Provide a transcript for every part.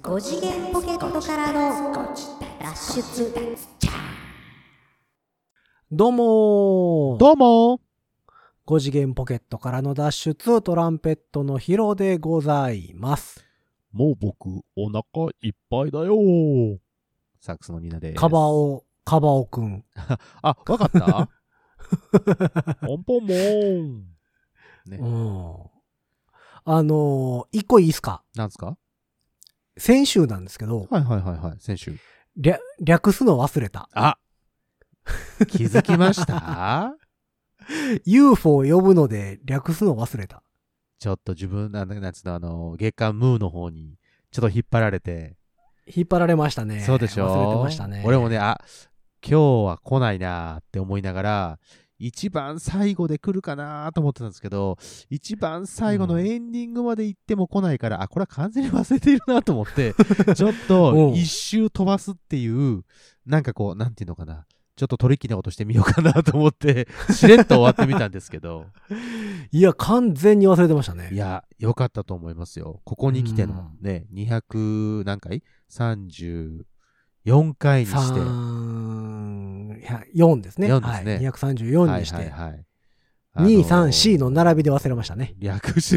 5次元ポケットからの脱出。 どうもー5次元ポケットからの脱出、トランペットのヒロでございます。 もう僕、お腹いっぱいだよー。サックスのニナです。 カバオくん。 あ、わかったポンポンモーン。ね。 一個いいっすか？ なんすか？ 先週なんですけど、 はい、先週。 略すの忘れた。 あ気づきました UFO 呼ぶので略すの忘れた。 ちょっと自分、なんつうの、月刊ムーの方に、ちょっと引っ張られて。 引っ張られましたね。 そうでしょ？ 忘れてましたね。 俺もね、今日は来ないなーって思いながら、一番最後で来るかなと思ってたんですけど、一番最後のエンディングまで行っても来ないから、これは完全に忘れているなと思って、ちょっと一周飛ばすっていう、なんかこう、なんていうのかな、ちょっとトリッキーなことしてみようかなと思って、しれっと終わってみたんですけど。 いや、完全に忘れてましたね。 いや、よかったと思いますよ。ここに来てのね、200何回 ?34 回にして。 4ですね。 4ですね。 はい、234にして。 はいはいはい。 2、3、4の並びで忘れましたね。 略して。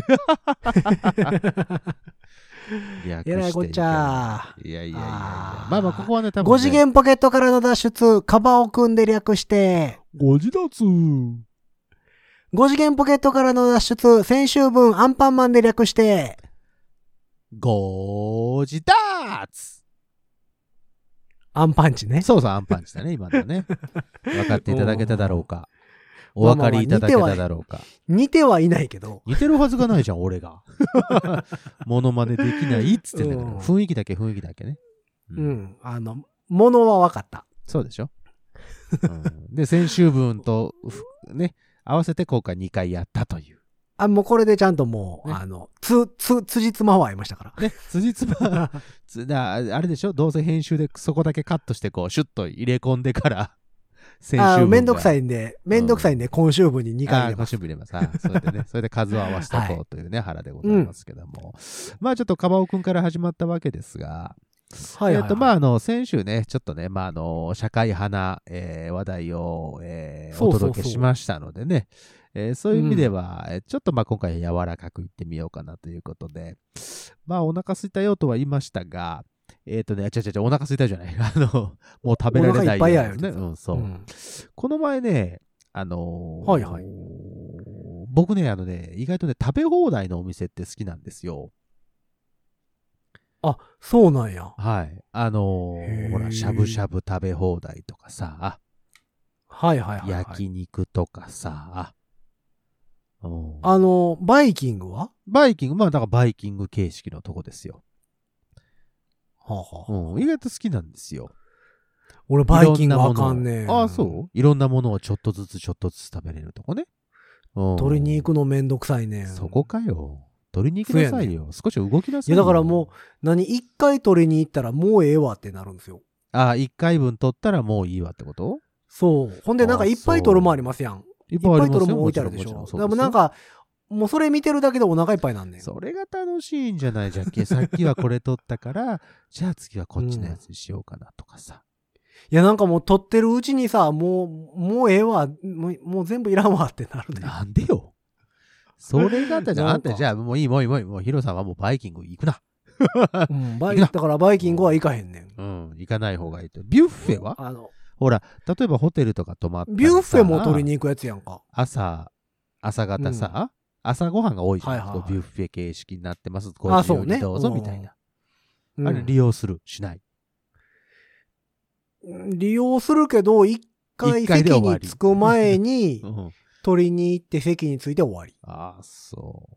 えらいこっちゃいや。まあここはね、多分、 5次元ポケットからの脱出、カバオくんで略して。 5次脱。 5次元ポケットからの脱出、先週分アンパンマンで略して。 5次脱。 アンパンチね。 そうそう、アンパンチだね、今のね。分かっていただけただろうか。お分かりいただけただろうか。 似てはいないけど。 似てるはずがないじゃん、俺が。モノマネできないっつってんだけど、雰囲気だけね。 ものは分かった。 そうでしょ。で、先週分と、ね、合わせて今回2回やったという。 もうこれでちゃんともう、ね、辻褄は合いましたから。 ね、辻褄、あれでしょ、どうせ編集でそこだけカットしてこう、シュッと入れ込んでから、先週分。 めんどくさいんで、今週分に2回入れます。 今週分入れます。それでね、それで数を合わせておこうというね、腹でございますけども。まあちょっとカバオくんから始まったわけですが、先週ね、ちょっとね、社会派な、話題を、お届けしましたのでね、そういう意味では、ちょっと今回柔らかくいってみようかなということで、お腹空いたよとは言いましたが、お腹空いたじゃない。もう食べられない。 お腹いっぱいやよね。 そう。この前ね、僕ね、意外とね、食べ放題のお店って好きなんですよ。 あ、そうなんや。 はい。ほら、しゃぶしゃぶ食べ放題とかさ。焼肉とかさ。 バイキングは？ だからバイキング形式のとこですよ。意外と好きなんですよ。 俺バイキングわかんねえ。 あ、そう？いろんなものをちょっとずつ食べれるとこね。 取りに行くのめんどくさいね。 そこかよ。取りに行きなさいよ。少し動きなさいよ。 いやだからもう、一回取りに行ったらもうええわってなるんですよ。 一回分取ったらもういいわってこと？ そう。ほんでいっぱい取るもありますやん。いっぱい取るも置いてあるでしょ。でももうそれ見てるだけでお腹いっぱいなんねん。 それが楽しいんじゃないじゃっけ。さっきはこれ取ったから、じゃあ次はこっちのやつにしようかなとかさ。 いやもう取ってるうちにさ、もうええわ、もう全部いらんわってなるね。 なんでよ。それがあったじゃん。あんたじゃあもういい、もうヒロさんはもうバイキング行くな。 だからバイキングは行かへんねん。 行かない方がいいと。ビュッフェはほら、例えばホテルとか泊まったらさ、 ビュッフェも取りに行くやつやんか。 朝方さ、朝ごはんが多いじゃないですか。ビュッフェ形式になってます。こういう料理どうぞみたいな。あれ利用する？しない？ 利用するけど、一回席に着く前に、取りに行って席に着いて終わり。 ああ、そう。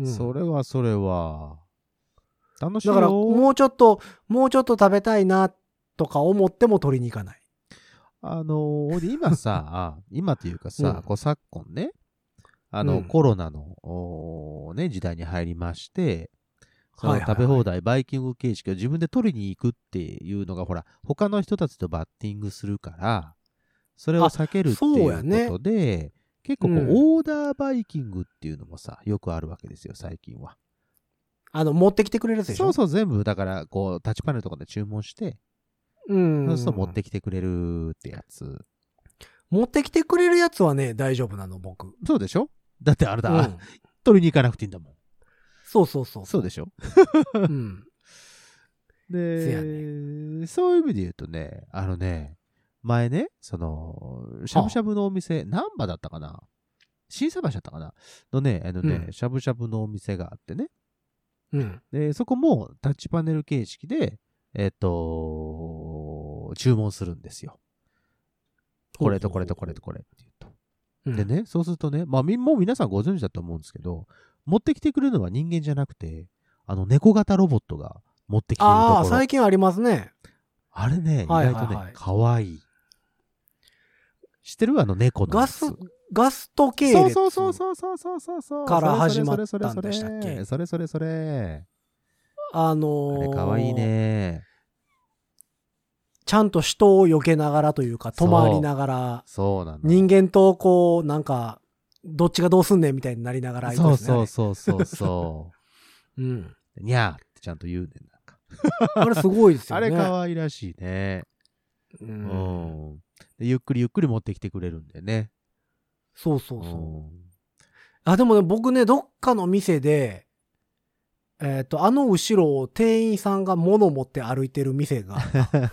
それは、楽しいよ。 だから、もうちょっと食べたいな、とか思っても取りに行かない。 今さ、今っていうかさ、昨今ね、コロナの、時代に入りまして、食べ放題、バイキング形式を自分で取りに行くっていうのが、ほら、他の人たちとバッティングするから、それを避けるっていうことで、結構オーダーバイキングっていうのもさ、よくあるわけですよ、最近は。 持ってきてくれるやつでしょ？ そうそう、全部、だから、こう、タッチパネルとかで注文して、そうすると持ってきてくれるってやつ。 持ってきてくれるやつはね、大丈夫なの、僕。 そうでしょ？だってあれだ、取りに行かなくていいんだもん。 そうそうそう。 そうでしょ？ うん。 で、そういう意味で言うとね、前ね、しゃぶしゃぶのお店、難波だったかな？新橋だったかな？のね、しゃぶしゃぶのお店があってね。で、そこもタッチパネル形式で、注文するんですよ。これとこれとこれとこれって言うと。でね、そうするとね、まあ、もう皆さんご存知だと思うんですけど、持ってきてくれるのは人間じゃなくて、猫型ロボットが持ってきてるところ。 ああ、最近ありますね。 あれね、意外とね、かわいい。知ってる？猫のやつ。 ガスト系列そうから始まったんでしたっけ？ それ。 あれかわいいね。 ちゃんと人を避けながらというか、止まりながら、 そうなの。 人間とこう、なんか、どっちがどうすんねんみたいになりながら、 そう。 うん。 にゃーってちゃんと言うねん、なんか。 あれすごいですよね。 あれかわいらしいね。ゆっくり持ってきてくれるんでね。 そう。あ、でもね、僕ね、どっかの店で、後ろを店員さんが物持って歩いてる店が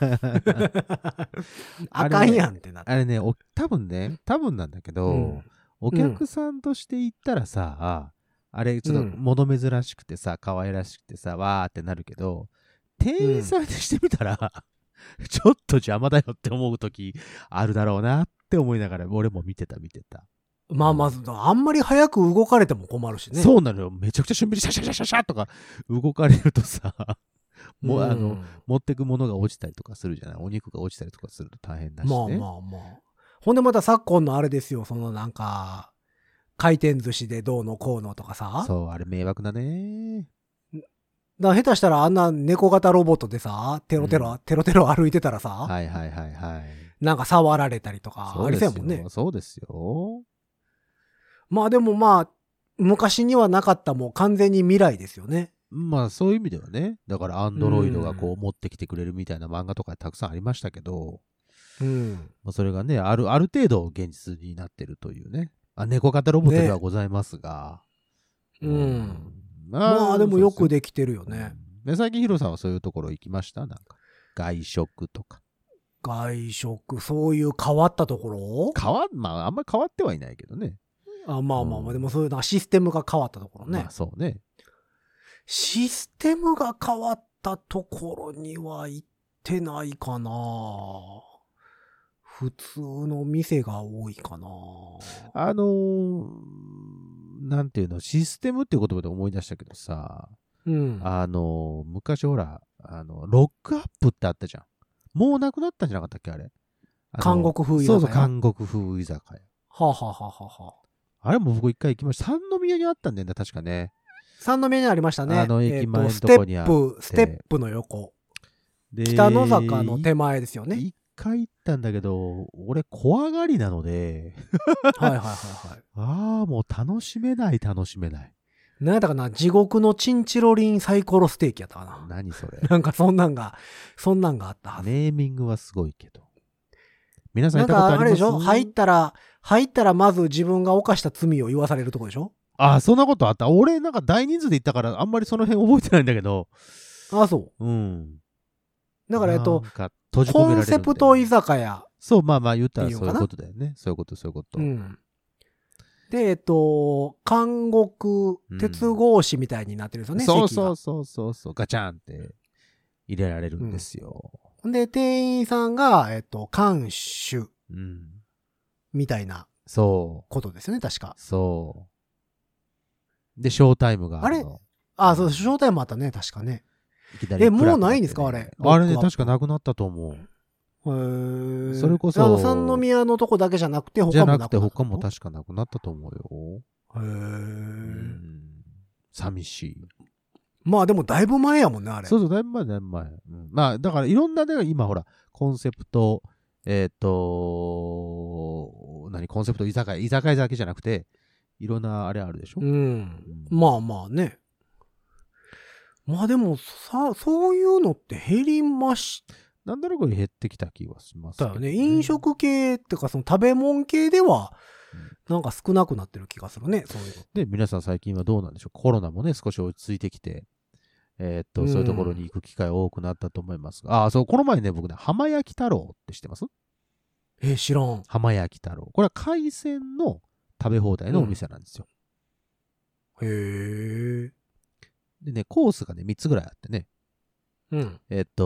あかんやんってなって。 あれね、多分なんだけど、お客さんとして行ったらさ、あれちょっと物珍しくてさ、可愛らしくてさ、わーってなるけど、店員さんにしてみたら、ちょっと邪魔だよって思う時あるだろうなって思いながら、俺も見てた。 まず、あんまり早く動かれても困るしね。 そうなのよ。めちゃくちゃ俊敏にシャシャシャシャとか動かれるとさ、もう持ってくものが落ちたりとかするじゃない。お肉が落ちたりとかすると大変だしね。 まあ。ほんでまた昨今のあれですよ、なんか、回転寿司でどうのこうのとかさ。 そう、あれ迷惑だね。 だから下手したらあんな猫型ロボットでさ、テロテロ歩いてたらさ、 はい。 なんか触られたりとかありそうやもんね。 そうですよ。 まあでも昔にはなかったもう完全に未来ですよね。 まあそういう意味ではね。だからアンドロイドがこう持ってきてくれるみたいな漫画とかたくさんありましたけど、まあ、それがね、ある程度現実になってるというね。猫型ロボットではございますが。 まあでもよくできてるよね。 最近ヒロさんはそういうところ行きました？なんか外食とか。 外食、そういう変わったところ？ まああんまり変わってはいないけどね。 まあ、でもそういうなんかシステムが変わったところね。 まあそうね。 システムが変わったところには行ってないかな。普通の店が多いかな。 なんていうの、システムっていう言葉で思い出したけどさ、昔ほら、ロックアップってあったじゃん。もうなくなったんじゃなかったっけ、あれ。 韓国風居酒屋。 そう、韓国風居酒屋。 はあれも僕一回行きました。三宮にあったんだよね、確かね。 三宮にありましたね。 駅前のとこにあって。 ステップの横。北野坂の手前ですよね。 一回行ったんだけど、俺怖がりなので。もう楽しめない。 何やったかな、地獄のチンチロリンサイコロステーキやったかな。 何それ。 なんかそんなんがあったはず。 ネーミングはすごいけど。皆さん行ったことあります？ なんかあれでしょ？入ったらまず自分が犯した罪を言わされるとこでしょ？ そんなことあった。俺なんか大人数で行ったからあんまりその辺覚えてないんだけど。 そう。だからコンセプト居酒屋。 そう、まあ言ったらそういうことだよね。そういうこと。 で、監獄、鉄格子みたいになってるんですよね。 そう。ガチャンって入れられるんですよ。 で、店員さんが、看守。みたいな。ことですよね、確か。 そう。で、ショータイムがあるの。 そう、ショータイムあったね、確かね。もうないんですか、あれ。 あれね、確かなくなったと思う。それこそ。 三宮のとこだけじゃなくて、 他も確かなくなったと思うよ。寂しい。 まあでもだいぶ前やもんね、あれ。 そう、だいぶ前。まあだからいろんな、今ほら、コンセプト、コンセプト居酒屋だけじゃなくて、いろんなあれあるでしょ？ まあね。 まあでもそういうのって減りましなんとなく減ってきた気はしますけどたよね。飲食系ってかその食べ物系では、なんか少なくなってる気がするね、そういうの。 で、皆さん最近はどうなんでしょう。コロナもね、少し落ち着いてきて、そういうところに行く機会多くなったと思いますが、そう、この前ね、僕ね、浜焼き太郎って知ってます？ 知らん。 浜焼き太郎。これは海鮮の食べ放題のお店なんですよ。 へえ。 でね、コースがね、3つぐらいあってね。 うん。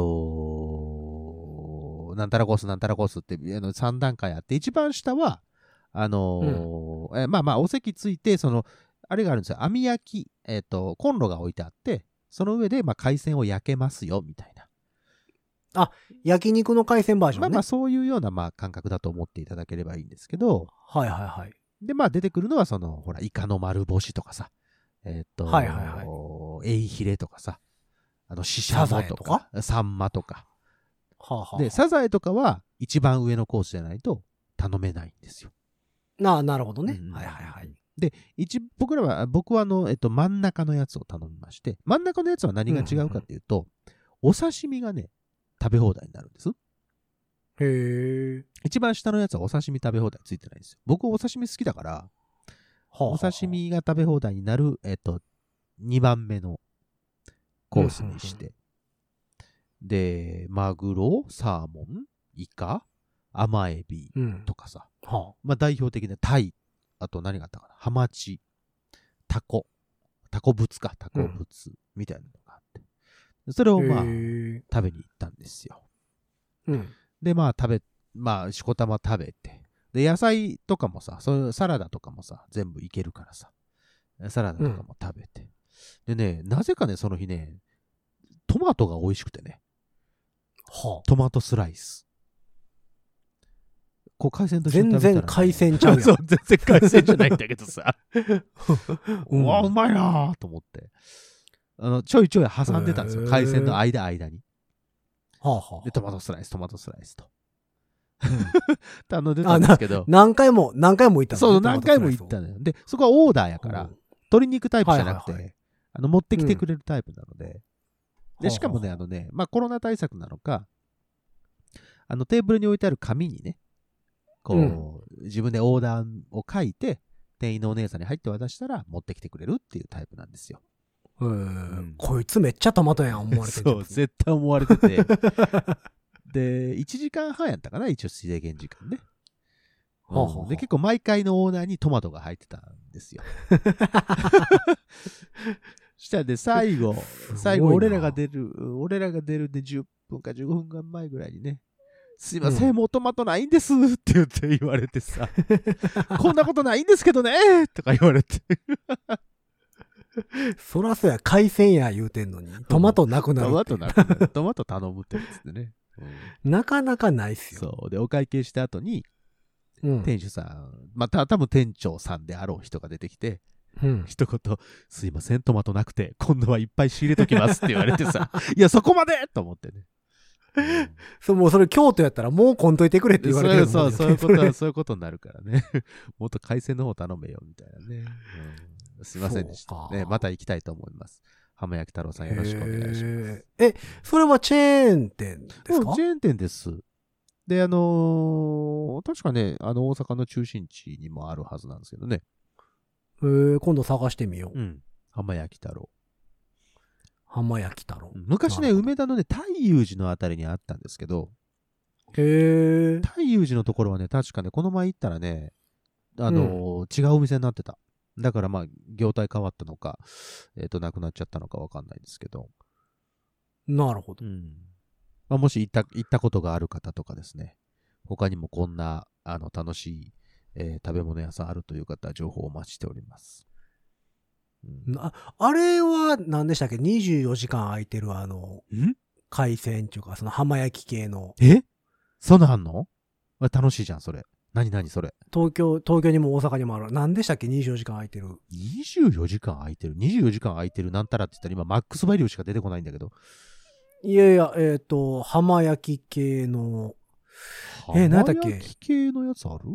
なんたらコース、なんたらコースって3段階あって、一番下は、まあ、お席ついて、あれがあるんですよ。網焼き、コンロが置いてあって、その上で、まあ、海鮮を焼けますよ、みたいな。 あ、焼肉の海鮮バージョンね。 まあ、そういうような、まあ、感覚だと思っていただければいいんですけど、 はいはいはい。 で、まあ、出てくるのは、ほら、イカの丸干しとかさ、 はいはいはい。 エイヒレとかさ、シシャモとか、サンマとか。 はあはあ、 で、サザエとかは一番上のコースじゃないと頼めないんですよ。 なるほどね。 うんうん、 はいはいはい。 で、僕は真ん中のやつを頼みまして、真ん中のやつは何が違うかっていうと、お刺身がね、食べ放題になるんです。 へえ。 一番下のやつはお刺身食べ放題ついてないんですよ。僕お刺身好きだから、お刺身が食べ放題になる、2番目のコースにして、で、マグロ、サーモン、イカ、甘エビとかさ、まあ代表的なタイ、あと何があったかな、ハマチ、タコブツみたいなのがあって、それをまあ食べに行ったんですよ。で、まあしこたま食べて、で野菜とかもさ、そういうサラダとかもさ、全部いけるからさ、サラダとかも食べて、でね、なぜかねその日ね、トマトが美味しくてね。トマトスライス。海鮮と一緒に食べたら、ね、 全然海鮮ちゃうやん。 そう、全然海鮮じゃないんだけどさ。うわ、うまいなと思って。ちょいちょい挟んでたんですよ。海鮮の間に。で、トマトスライスと。頼んでたんですけど。 何回も行ったの。 そう、何回も行ったのよ。で、そこはオーダーやから、鶏肉タイプじゃなくて、持ってきてくれるタイプなので、で、しかもね、まあ、コロナ対策なのか、テーブルに置いてある紙にね、自分でオーダーを書いて、店員のお姉さんに入って渡したら持ってきてくれるっていうタイプなんですよ。 こいつめっちゃトマトやん、思われてる。そう、絶対思われてて。で、1時間半やったかな、一応制限時間ね。で、結構毎回のオーダーにトマトが入ってたんですよ。したらで、最後、俺らが出るで10分か15分間前ぐらいにね、すいません、もうトマトないんですって言われてさ、こんなことないんですけどねとか言われて。 そらそうや、海鮮や言うてんのに、トマトなくなる。 トマト頼むってやつでね。 なかなかないっすよ。 そう。で、お会計した後に、店主さん、また多分店長さんであろう人が出てきて、一言、すいません、トマトなくて、今度はいっぱい仕入れときますって言われてさ、いや、そこまでと思ってね。 もうそれ京都やったらもうこんといてくれって言われてるそういうことになるからね。もっと海鮮の方頼めよ、みたいなね。すいませんでしたね。また行きたいと思います。浜焼き太郎さんよろしくお願いします。 それはチェーン店ですか？ チェーン店です。で、確かね、大阪の中心地にもあるはずなんですけどね。 今度探してみよう。 浜焼き太郎。 浜焼き太郎。 昔ね、梅田のね、太遊寺のあたりにあったんですけど、太遊寺のところはね、確かね、この前行ったらね、違うお店になってた。だからまあ、業態変わったのか、なくなっちゃったのかわかんないですけど。 なるほど。 まあ、もし行ったことがある方とかですね、他にもこんな、楽しい、食べ物屋さんあるという方は情報をお待ちしております。 あれは何でしたっけ ?24 時間空いてる海鮮っていうか、その浜焼き系の。 そんなんあんの？楽しいじゃん、それ。何それ。 東京にも大阪にもある。何でしたっけ ?24 時間空いてる。 24時間空いてる ?24 時間空いてるなんたらって言ったら今マックスバリューしか出てこないんだけど。 いやいや、浜焼き系の。何だっけ？ 浜焼き系のやつある？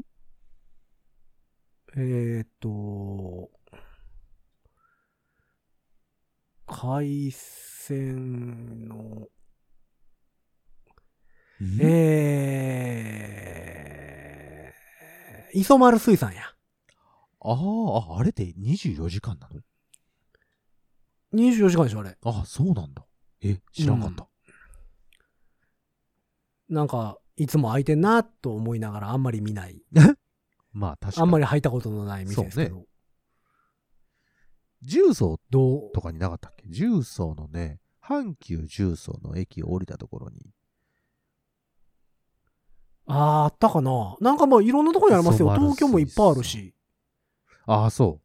海鮮の、磯丸水産や。 あれって24時間なの？ 24時間でしょ、あれ。 あ、そうなんだ。知らんかった。 なんか、いつも開いてんなと思いながらあんまり見ない。 まあ確かに。 あんまり入ったことのない店ですけど。 重曹とかになかったっけ？重曹のね、阪急重曹の駅を降りたところに。 あったかな。なんかまあいろんなところにありますよ。東京もいっぱいあるし。 そう。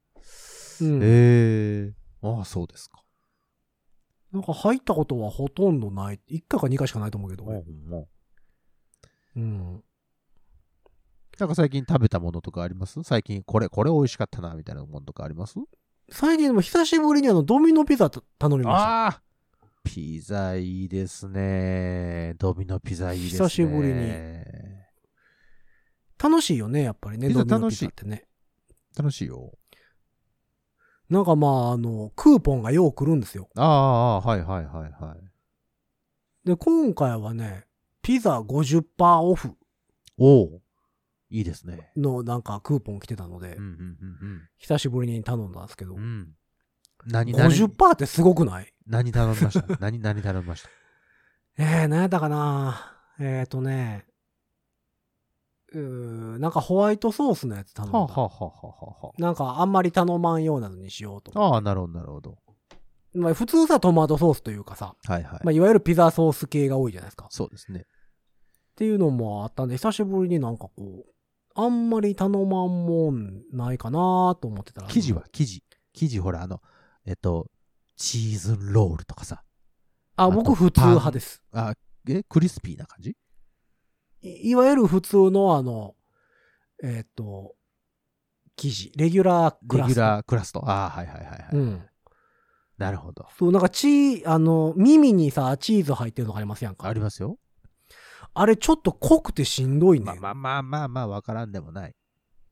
そうですか。 なんか入ったことはほとんどない。1回か2回しかないと思うけど。 なんか最近食べたものとかあります？最近これ美味しかったなみたいなものとかあります？ 最近でも久しぶりにドミノピザ頼みました。 ピザいいですね。ドミノピザいいですね。 久しぶりに。楽しいよね、やっぱりね。 ピザドミノピザってね。 楽しいよ。 なんかまあ、クーポンがよう来るんですよ。 はい。 で、今回はね、ピザ 50% オフ。 いいですね。 のなんかクーポン来てたので、久しぶりに頼んだんですけど、50% ってすごくない？ 何頼みました？何頼みました？ 何やったかな？なんかホワイトソースのやつ頼んだ。なんかあんまり頼まんようなのにしようと。 なるほど。 まあ普通さ、トマトソースというかさ、まあいわゆるピザソース系が多いじゃないですか。 そうですね。 っていうのもあったんで、久しぶりになんかこう、あんまり頼まんもんないかなと思ってたら。 生地ほらチーズロールとかさ。 僕普通派です。 クリスピーな感じ？ いわゆる普通の生地、レギュラークラスト。 レギュラークラスト。はい。なるほど。 そう、なんか耳にさ、チーズ入ってるのがありますやんか。 ありますよ。 あれちょっと濃くてしんどいね。 まあ、わからんでもない。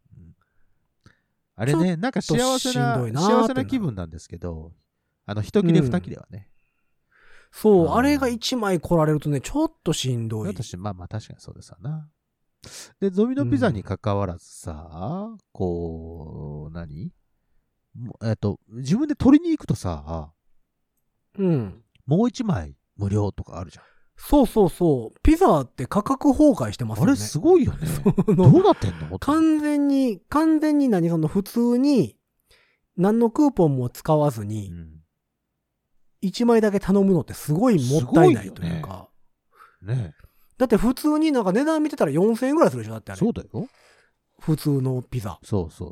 あれね、なんか幸せな気分なんですけど、一切れ二切れはね。 そう、あれが一枚来られるとね、ちょっとしんどい。 まあ確かにそうですわな。で、ドミノピザに関わらずさ、こう、自分で取りに行くとさ、もう一枚無料とかあるじゃん。 そう。ピザって価格崩壊してますよね。 あれすごいよね。どうなってんの？ 完全に普通に、何のクーポンも使わずに、1枚だけ頼むのってすごいもったいないというか。 ね。 だって普通になんか値段見てたら4000円ぐらいするでしょ？だってあれ。 そうだよ。 普通のピザ。 そう。 ち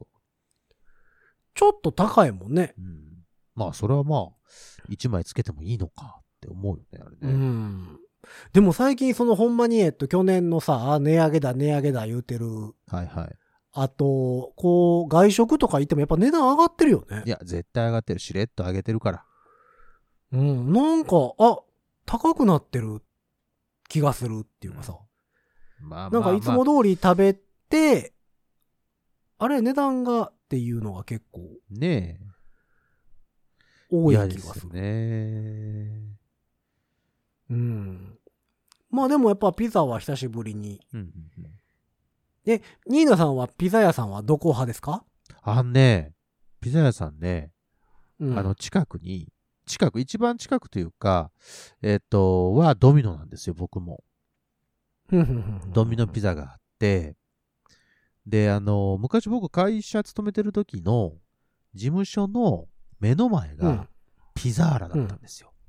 ょっと高いもんね。 まあそれはまあ、1枚つけてもいいのかって思うよね、あれね。 でも最近ほんまに去年のさ、値上げだ言うてる。あと、こう、外食とか行ってもやっぱ値段上がってるよね。 いや、絶対上がってる。しれっと上げてるから。 なんか、高くなってる気がするっていうかさ。なんかいつも通り食べて、あれ値段がっていうのが結構。 ねえ。 多い気がする。 ね。 まあでもやっぱピザは久しぶりに。で、ニーナさんはピザ屋さんはどこ派ですか？ ピザ屋さんね、一番近くというか、はドミノなんですよ、僕も。ドミノピザがあって、で、昔僕会社勤めてる時の事務所の目の前がピザーラだったんですよ。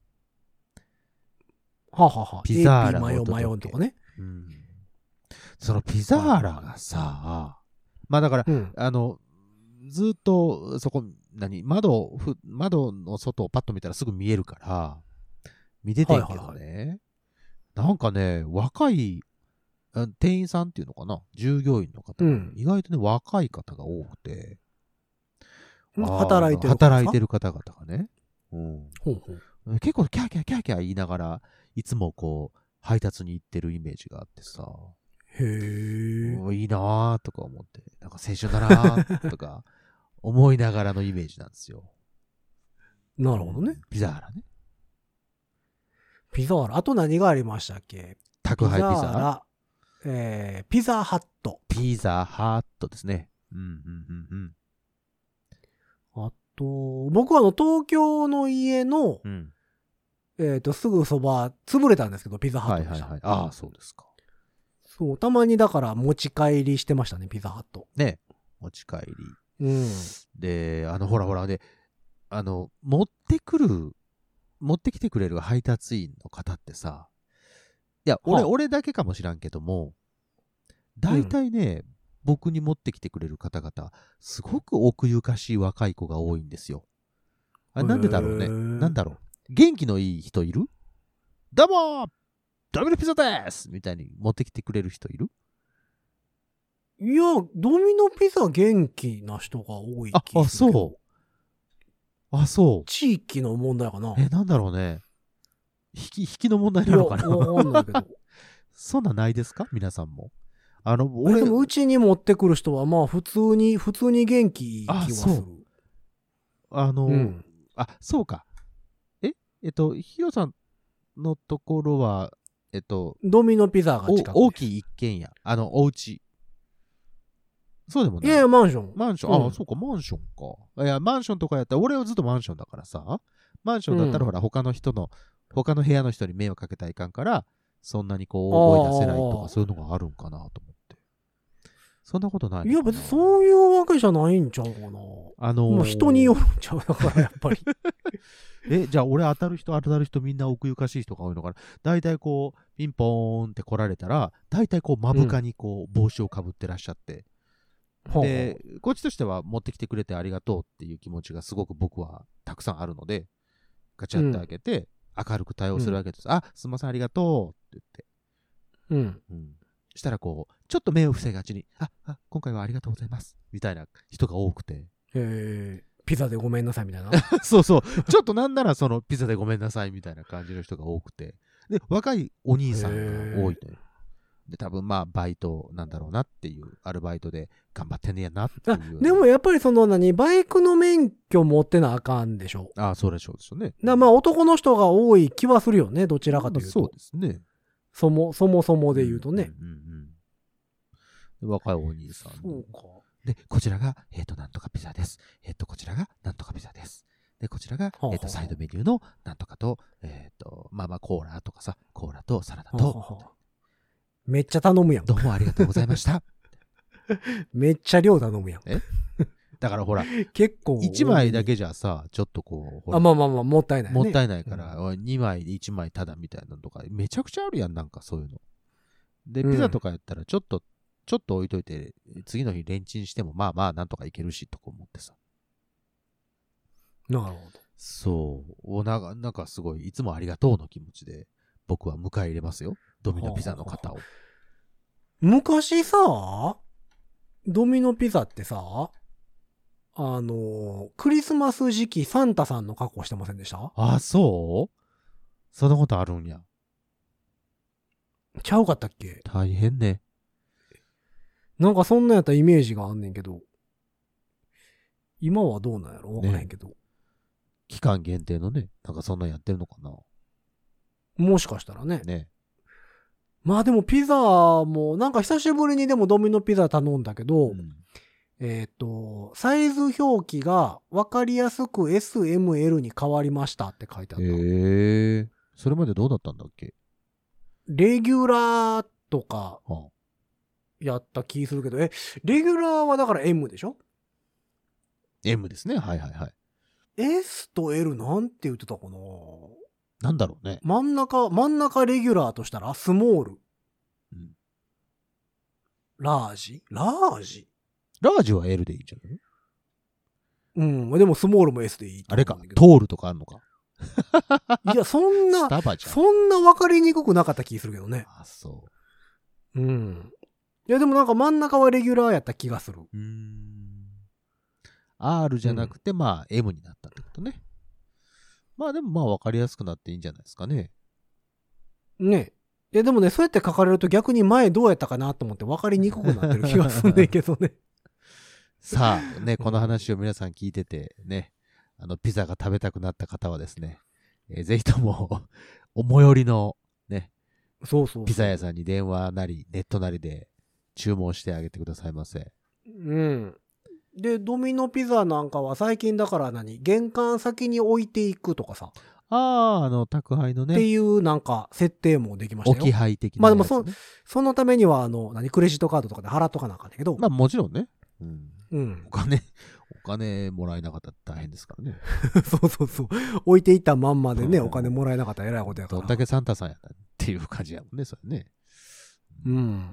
ピザーラマヨのとこね。 そのピザーラがさ、まあだから、ずっとそこ、窓の外をパッと見たらすぐ見えるから、見ててんけどね。なんかね、若い店員さんっていうのかな、従業員の方、意外とね、若い方が多くて、 働いてる方々がね、結構キャーキャー言いながら、いつもこう、配達に行ってるイメージがあってさ、いいなーとか思って、なんか青春だなーとか思いながらのイメージなんですよ。 なるほどね。 ピザーラね。 ピザーラ。あと何がありましたっけ？ 宅配ピザ。 ピザーラ。ピザハット。 ピザハットですね。 あと、僕は東京の家の、すぐそば、潰れたんですけど、ピザハットでした。 はいはいはい。ああ、そうですか。 そう、たまにだから持ち帰りしてましたね、ピザハット。 ね。持ち帰り。で、ほら、で、持ってきてくれる配達員の方ってさ、いや、俺だけかもしらんけども、大体ね、僕に持ってきてくれる方々、すごく奥ゆかしい若い子が多いんですよ。なんでだろうね。なんだろう。元気のいい人いる？どうもードミノピザですみたいに持ってきてくれる人いる？ いや、ドミノピザ元気な人が多い気がするけど。 そう。 地域の問題かな。 なんだろうね。引きの問題なのかな。 わかんないけど。 そんなないですか皆さんも。 でもうちに持ってくる人はまあ普通に元気気はする。 そうか。ヒロさんのところは、 ドミノピザが近く。 大きい一軒家。お家。そうでもない。 いやいや、マンション。 そうか、マンションか。いや、マンションとかやったら、俺はずっとマンションだからさ、マンションだったらほら、他の部屋の人に迷惑かけたらいかんから、そんなにこう、大声出せないとか、そういうのがあるんかなと思って。そんなことないのかな。 いや、別にそういうわけじゃないんちゃうかな。もう人によるんちゃうだから、やっぱり。 じゃあ俺当たる人みんな奥ゆかしい人が多いのかな。大体こう、ピンポーンって来られたら、大体こう、目深にこう、帽子をかぶってらっしゃって。で、こっちとしては持ってきてくれてありがとうっていう気持ちがすごく僕はたくさんあるので、ガチャって開けて、明るく対応するわけです。すいません、ありがとうって言って。したらこう、ちょっと目を伏せがちに、今回はありがとうございます。みたいな人が多くて。 ピザでごめんなさいみたいな。 そう。ちょっとなんならそのピザでごめんなさいみたいな感じの人が多くて。で、若いお兄さんが多いという。で、多分まあ、バイトなんだろうなっていう、アルバイトで頑張ってんねやなっていう。 でもやっぱりバイクの免許持ってなあかんでしょ。 そうでしょうね。 まあ男の人が多い気はするよね、どちらかというと。 そうですね。 そもそもで言うとね。 若いお兄さん。 そうか。 で、こちらが、なんとかピザです。こちらが、なんとかピザです。で、こちらが、サイドメニューの、なんとかと、コーラとかさ、コーラとサラダと。 めっちゃ頼むやん。 どうもありがとうございました。 めっちゃ量頼むやん。 だからほら、 結構。 1枚だけじゃさ、ちょっとこう。 まあ、もったいないね。 もったいないから、2枚で1枚ただみたいなのとか、めちゃくちゃあるやん、なんかそういうの。で、ピザとかやったら、ちょっと置いといて、次の日レンチンしても、まあなんとかいけるし、とか思ってさ。 なるほど。 そう。なんかすごい、いつもありがとうの気持ちで、僕は迎え入れますよ。ドミノピザの方を。 昔さ、ドミノピザってさ、クリスマス時期サンタさんの格好してませんでした？ そうそんなことあるんや。 ちゃうかったっけ？ 大変ね。 なんかそんなやったイメージがあんねんけど、今はどうなんやろ？わからへんけど、 期間限定のね、なんかそんなんやってるのかな。 もしかしたらね。 ね。 まあでもピザも、なんか久しぶりにでもドミノピザ頼んだけど、サイズ表記が分かりやすく S、M、L に変わりましたって書いてあった。 それまでどうだったんだっけ？ レギュラーとか、やった気するけど、レギュラーはだから M でしょ？ M ですね。はい。 S と L なんて言ってたかな？ なんだろうね。 真ん中レギュラーとしたらスモール。ラージは L でいいんじゃない？でもスモールも S でいい。 あれか、トールとかあるのか。 いや、そんな分かりにくくなかった気するけどね。 そう。 いや、でもなんか真ん中はレギュラーやった気がする。 R じゃなくて、M になったってことね。でも分かりやすくなっていいんじゃないですかね。 ねえ。でもね、そうやって書かれると逆に前どうやったかなと思って分かりにくくなってる気がするんだけどね。 さあ、ね、この話を皆さん聞いてて、ね、ピザが食べたくなった方はですね、ぜひとも最寄りのね、 そうそう。 ピザ屋さんに電話なり、ネットなりで注文してあげてくださいませ。 うん。で、ドミノピザなんかは最近だから玄関先に置いていくとかさ。 宅配のね。 っていうなんか設定もできましたよ。 置き配的な、ね。 まあでもそのためにはクレジットカードとかで払っとかなあかんねんけど。 まあもちろんね。うん。 うん。 お金もらえなかったら大変ですからね。 そう。置いていったまんまでね、お金もらえなかったらえらいことやから。 どんだけサンタさんやったっていう感じやもんね、それね。 うん。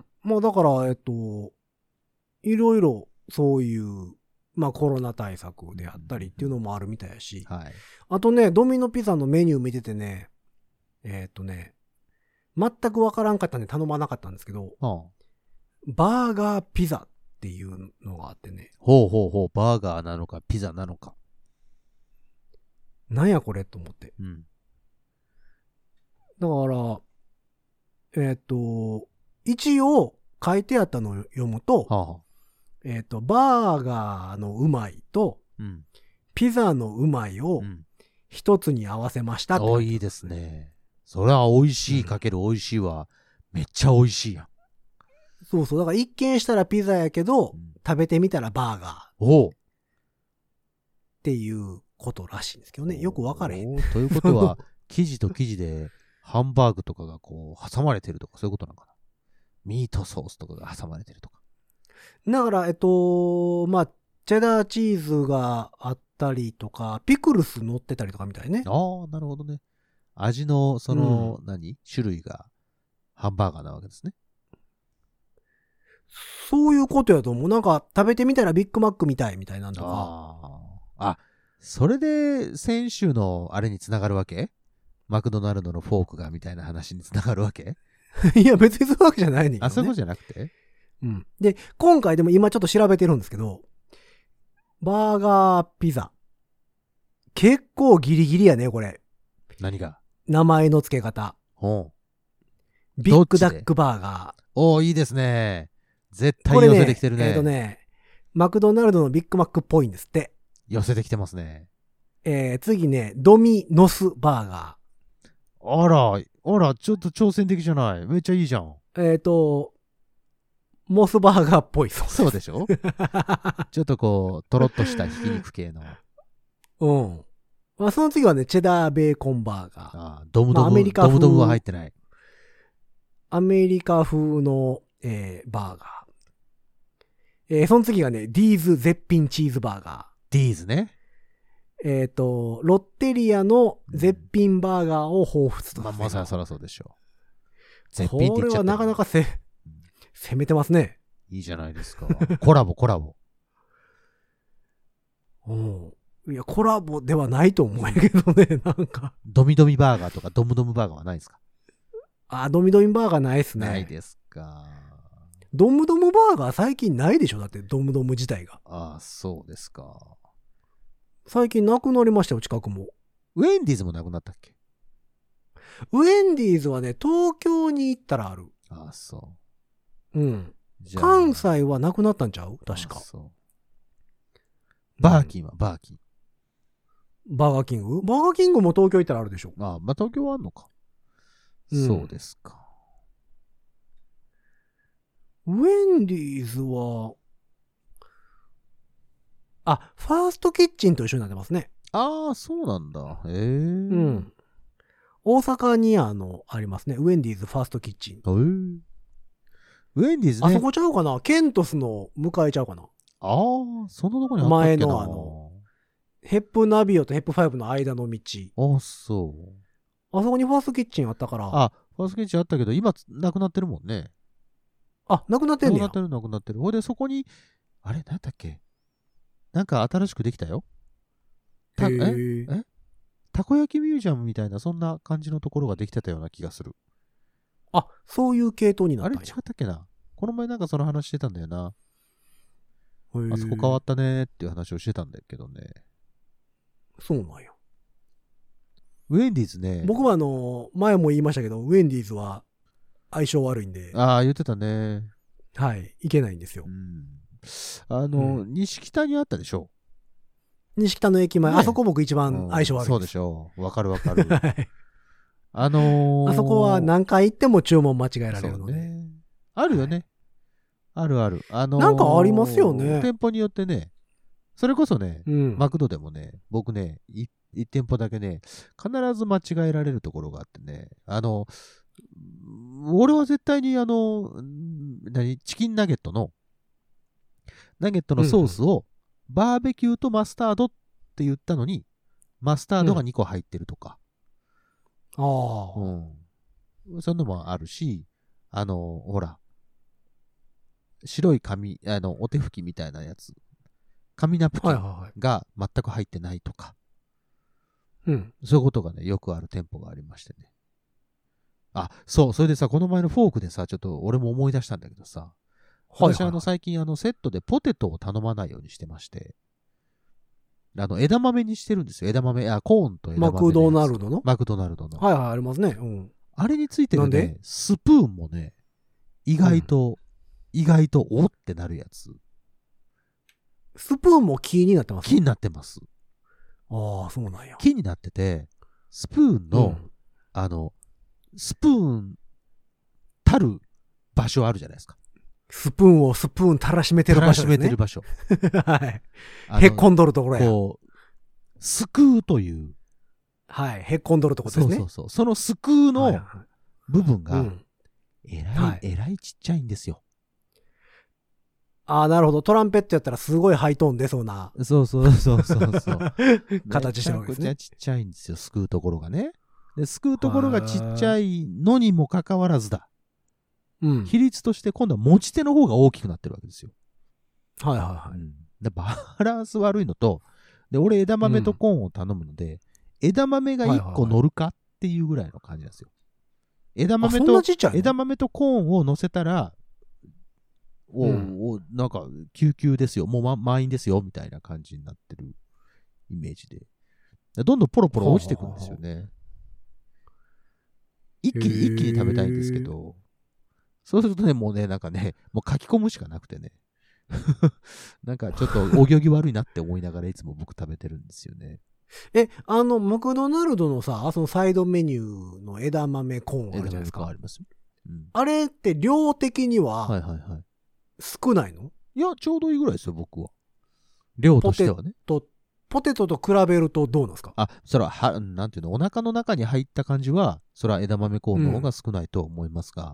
まあだから、いろいろそういう、まあコロナ対策であったりっていうのもあるみたいやし。 はい。 あとね、ドミノピザのメニュー見ててね、全くわからんかったんで頼まなかったんですけど、バーガーピザっていうのがあってね。 ほう、バーガーなのかピザなのか。 なんやこれと思って。 うん。 だから、一応書いてあったのを読むと、バーガーのうまいと、ピザのうまいを一つに合わせましたって。 いいですね。それは美味しいかける美味しいは、めっちゃ美味しいやん。 そう。だから一見したらピザやけど、食べてみたらバーガー。 っていうことらしいんですけどね。よく分かれへん。 ということは、生地と生地でハンバーグとかがこう挟まれてるとかそういうことなのかな。ミートソースとかが挟まれてるとか。 だから、まあ、チェダーチーズがあったりとか、ピクルス乗ってたりとかみたいね。 ああ、なるほどね。味の、種類がハンバーガーなわけですね。 そういうことやと思う。なんか、食べてみたらビッグマックみたいなんとか。それで、先週のあれにつながるわけ？マクドナルドのフォークがみたいな話につながるわけ？ いや、別にそういうわけじゃないねんけどね。 そういうことじゃなくて？ うん。で、今回でも今ちょっと調べてるんですけど、バーガーピザ。結構ギリギリやね、これ。 何が？ 名前の付け方。ビッグダックバーガー。いいですね。絶対寄せてきてるね。 マクドナルドのビッグマックっぽいんですって。 寄せてきてますね。 次ね、ドミノスバーガー。あら、ちょっと挑戦的じゃない。めっちゃいいじゃん。 モスバーガーっぽいそうでしょちょっとこう、とろっとしたひき肉系の。 うん。まあ、その次はね、チェダーベーコンバーガー。 ドムドムは入ってない。 アメリカ風の、バーガー。その次がね、ディーズ絶品チーズバーガー。 ディーズね。 ロッテリアの絶品バーガーを彷彿と。 まさにそらそうでしょう。 絶品って言っちゃった。これはなかなか攻めてますね。 いいじゃないですか。コラボ。 いや、コラボではないと思うんやけどね、なんか。 ドミドミバーガーとかドムドムバーガーはないですか？ ドミドミバーガーないっすね。 ないですか。 ドムドムバーガー最近ないでしょ？だってドムドム自体が。 そうですか。 最近なくなりましたよ、近くも。 ウェンディーズもなくなったっけ？ ウェンディーズはね、東京に行ったらある。 そう。 うん。関西はなくなったんちゃう？確か。 バーキンはバーキン。 バーガーキングも東京行ったらあるでしょ。 まあ東京はあるのか。そうですか。 ウェンディーズは、ファーストキッチンと一緒になってますね。 そうなんだ。 うん。大阪にありますね。ウェンディーズファーストキッチン。 ウェンディーズね。 あそこちゃうかな？ケントスの向かいちゃうかな？ そのとこにあったっけな。 前のヘップナビオとヘップ5の間の道。 そう。 あそこにファーストキッチンあったから。 ファーストキッチンあったけど、今、なくなってるもんね。 なくなってんねや。 なくなってる。ほいで、そこに、あれ、なんだっけ？なんか新しくできたよ。たこ焼きミュージアムみたいな、そんな感じのところができてたような気がする。 そういう系統になったんや。 あれ違ったっけな？この前なんかその話してたんだよな。あそこ変わったねーっていう話をしてたんだけどね。 そうなんや。 ウェンディーズね。 僕は前も言いましたけど、ウェンディーズは相性悪いんで。 言ってたね。 はい。いけないんですよ。 西北にあったでしょ？ 西北の駅前、あそこ僕一番相性悪い。 そうでしょう。わかる。 はい。 あそこは何回行っても注文間違えられるので。 ね、あるよね。あるある。 なんかありますよね。 店舗によってね、それこそね、 うん、 マクドでもね、僕ね、1店舗だけね、必ず間違えられるところがあってね、俺は絶対にチキンナゲットのソースを、バーベキューとマスタードって言ったのに、マスタードが2個入ってるとか。 ああ。 うん。そういうのもあるし、ほら、白い紙、お手拭きみたいなやつ。紙ナプキンが全く入ってないとか。 うん。 そういうことがね、よくある店舗がありましてね。あ、そう、それでさ、この前のフォークでさ、ちょっと俺も思い出したんだけどさ、私最近セットでポテトを頼まないようにしてまして、枝豆にしてるんですよ。枝豆、コーンと枝豆。 マクドナルドのマクドナルドの。 はいはい、ありますね。うん。 あれについてるね、スプーンもね、意外と、おってなるやつ。 スプーンも木になってます？ 木になってます。 ああ、そうなんや。 木になってて、スプーンの、スプーンたる場所あるじゃないですか。 スプーンをスプーンたらしめてる場所ですね。 たらしめてる場所。 はい。へっこんどるところや。 こう、すくうという。 はい。へっこんどるところですね。 そう。そのすくうの部分が、えらいちっちゃいんですよ。 ああ、なるほど。トランペットやったらすごいハイトーン出そうな。 そう。 形してるわけですね。 めちゃくちゃちっちゃいんですよ、すくうところがね。で、すくうところがちっちゃいのにもかかわらずだ。 うん。 比率として今度は持ち手の方が大きくなってるわけですよ。 はい。 でバランス悪いのと、で、俺枝豆とコーンを頼むので、枝豆が1個乗るかっていうぐらいの感じなんですよ。枝豆とコーンを乗せたら、なんか、救急ですよ。もう、満員ですよ。みたいな感じになってるイメージで。どんどんポロポロ落ちてくんですよね。一気に食べたいんですけど、そうするとね、もうね、なんかね、もう書き込むしかなくてね。なんかちょっとお行儀悪いなって思いながらいつも僕食べてるんですよね。 マクドナルドのさ、そのサイドメニューの枝豆コーンあるじゃないですか。 あります。 あれって量的には、少ないの？ いや、ちょうどいいぐらいですよ、僕は。量としてはね。 ポテトと比べるとどうなんですか？ それは、なんていうの、お腹の中に入った感じは、それは枝豆コーンの方が少ないと思いますが。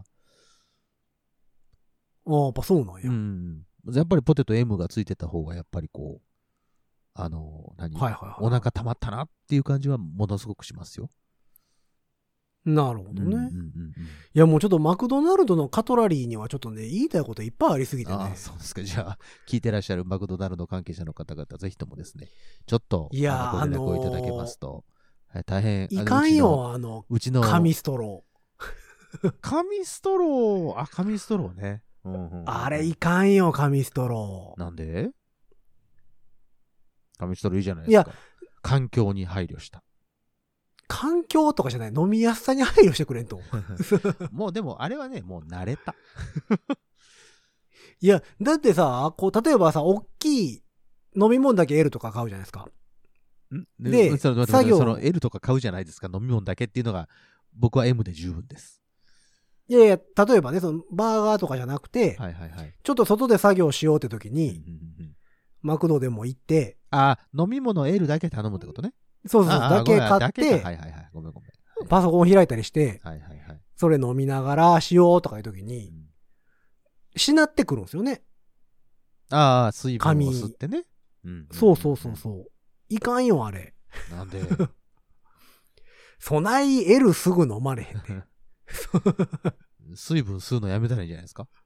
やっぱそうなんや。 やっぱりポテト M がついてた方が、やっぱりこう、お腹溜まったなっていう感じはものすごくしますよ。 なるほどね。いや、もうちょっとマクドナルドのカトラリーにはちょっとね、言いたいこといっぱいありすぎてね。 そうですか。じゃあ、聞いてらっしゃるマクドナルド関係者の方々、ぜひともですね、ちょっと、ご連絡をいただけますと、大変、 いかんよ、 うちの、 紙ストロー。紙ストローね。 あれいかんよ、紙ストロー。 なんで？紙ストローいいじゃないですか。いや、環境に配慮した。 環境とかじゃない、飲みやすさに配慮してくれんと。 もうでもあれはね、もう慣れた。 いや、だってさ、例えばさ、大きい飲み物だけ L とか買うじゃないですか。 で、その L とか買うじゃないですか、飲み物だけっていうのが、僕は M で十分です。 いやいや、例えばね、そのバーガーとかじゃなくて、ちょっと外で作業しようって時に、マクドでも行って、 飲み物 L だけ頼むってことね。 そう、だけ買って、 ごめん。 パソコン開いたりして、それ飲みながらしようとかいう時に、しなってくるんですよね。 水分を吸ってね。 そう。いかんよ、あれ。 なんで？ そない L すぐ飲まれへんね。 水分吸うのやめたらいいんじゃないですか？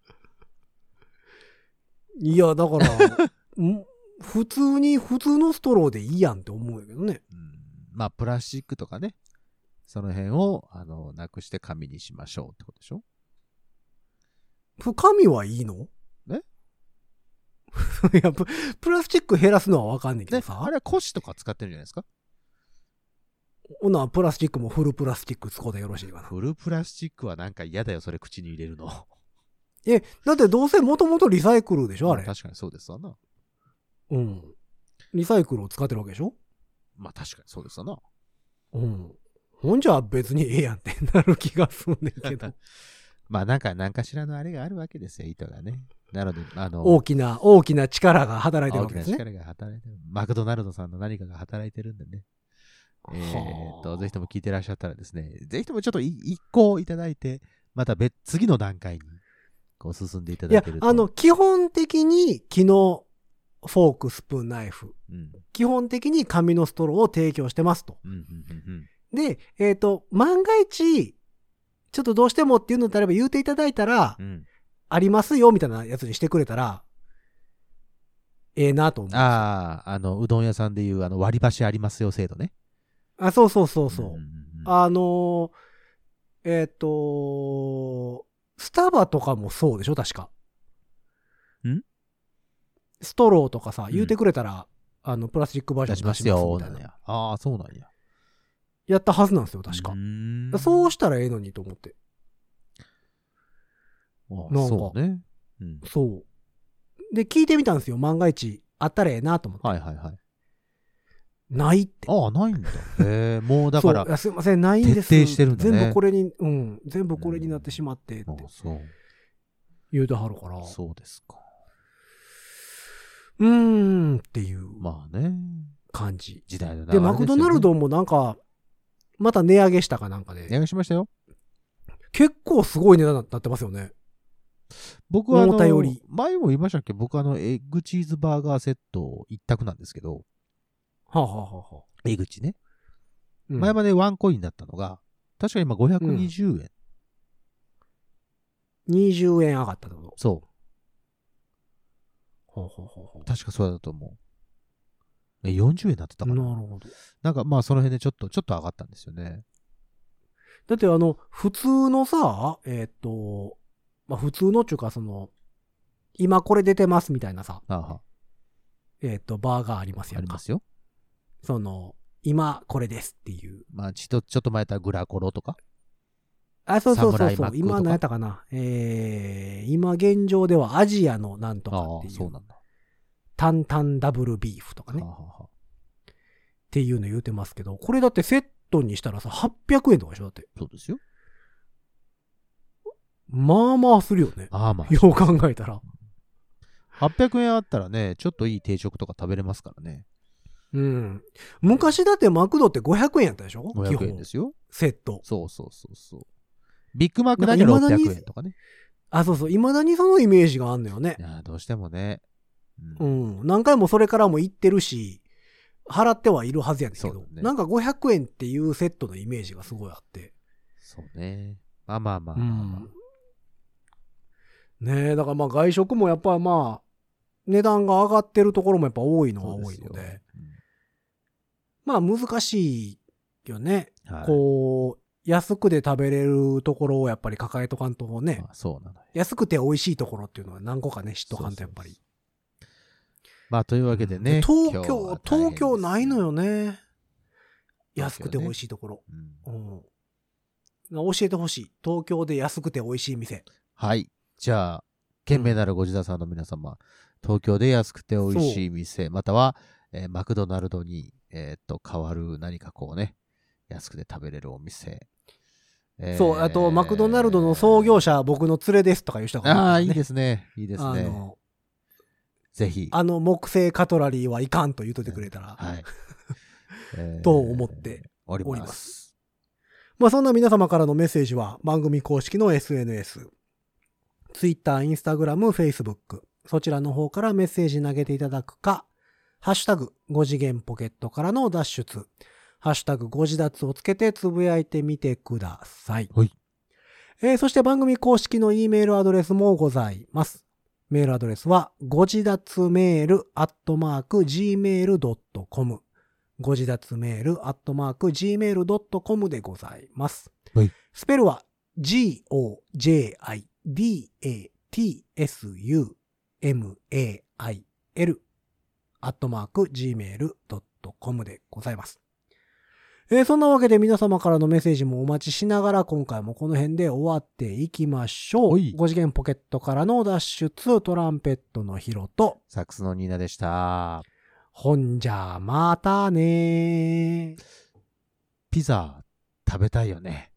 いや、だから、普通のストローでいいやんって思うんやけどね。 プラスチックとかね、その辺を、なくして紙にしましょうってことでしょ？ 紙はいいの？いや、プラスチック減らすのはわかんないけどさ。 あれは古紙とか使ってるんじゃないですか？ プラスチックもフルプラスチック使うでよろしいかな。 フルプラスチックはなんか嫌だよ、それ口に入れるの。 だってどうせもともとリサイクルでしょ、あれ。 確かにそうですわな。 リサイクルを使ってるわけでしょ？ 確かにそうですわな。 ほんじゃ別にええやんってなる気がするんだけど。 まあなんかしらのあれがあるわけですよ、意図がね。なので、 大きな力が働いてるわけですね。 大きな力が働いてる。マクドナルドさんの何かが働いてるんでね。ぜひとも聞いてらっしゃったらですね、ぜひともちょっと一個いただいて、また次の段階にこう進んでいただけると。 いや、基本的に木のフォーク、スプーン、ナイフ。基本的に紙のストローを提供してますと。で、万が一、ちょっとどうしてもっていうのであれば言うていただいたら、ありますよみたいなやつにしてくれたら、ええなと思う。 ああ、うどん屋さんでいう割り箸ありますよ制度ね。 あ、そう。スタバとかもそうでしょ確か。ストローとかさ、言うてくれたら、プラスチックバージョン出しますみたいな。 ああ、そうなんや。 やったはずなんですよ、確か。そうしたらええのにと思って。 なんかそうね。 そう。で、聞いてみたんですよ。万が一、あったらええなと思って。 はい。 ないって。 ああ、ないんだ。もうだから。 すいません、ないんです。 徹底してるんだね。 全部これに、全部これになってしまってって。 そう。 言うてはるから。 そうですか。 っていう。 まあね。 感じ。 時代の流れで、マクドナルドもなんか、また値上げしたかなんかで。 値上げしましたよ。 結構すごい値段になってますよね。 僕は前も言いましたっけ？僕エッグチーズバーガーセット一択なんですけど。エグチね。前までワンコインだったのが、確か今520円。 20円上がったってこと？ そう。確かそうだと思う。40円になってたかな。 なるほど。 なんかまあその辺でちょっと上がったんですよね。 だって普通のさ、まあ普通のっていうか今これ出てますみたいなさ。バーガーありますよ。 ありますよ。 今これですっていう。 まあちょっと前やったらグラコロとか。 そう。今何やったかな。今現状ではアジアのなんとかっていう。 そうなんだ。 タンタンダブルビーフとかね。っていうの言うてますけど、これだってセットにしたらさ、800円とかでしょだって。 そうですよ。 まあまあするよね。よう考えたら。 800円あったらね、ちょっといい定食とか食べれますからね。 昔だってマクドって500円やったでしょ ?500 円ですよ。 セット。 そう。ビッグマックだけ600円とかね。 そう。未だにそのイメージがあんのよね。 いや、どうしてもね。 何回もそれからも行ってるし、払ってはいるはずやねんけど、なんか500円っていうセットのイメージがすごいあって。 そうね。まあ。 ねえ、だからまあ外食もやっぱまあ、値段が上がってるところもやっぱ多いのは多いので。まあ難しいよね。こう、安くで食べれるところをやっぱり抱えとかんとね。 そうなのよ。 安くて美味しいところっていうのは何個かね、知っとかんとやっぱり。 まあというわけでね。 東京ないのよね。安くて美味しいところ。教えてほしい。東京で安くて美味しい店。 はい。じゃあ、賢明なるご自宅さんの皆様、東京で安くて美味しい店、または、マクドナルドに、変わる何かこうね、安くて食べれるお店。 そう、あと、マクドナルドの創業者、僕の連れですとかいう人が、 いいですね。いいですね。ぜひ。 木製カトラリーはいかんと言うといてくれたら、はい。と思っております。まあ、そんな皆様からのメッセージは、番組公式の SNS、Twitter、Instagram、Facebook、そちらの方からメッセージ投げていただくか、ハッシュタグ5次元ポケットからの脱出、ハッシュタグ5次脱をつけてつぶやいてみてください。 はい。 そして番組公式の E メールアドレスもございます。メールアドレスは、ご自立メール@gmail.com。ご自立メール@gmail.com でございます。 はい。 スペルは、GOJIDATSUMAIL @gmail.com でございます。そんなわけで皆様からのメッセージもお待ちしながら今回もこの辺で終わっていきましょう。5次元ポケットからの脱出、トランペットのヒロとサックスのニーナでした。 ほんじゃまたねー。 ピザ食べたいよね。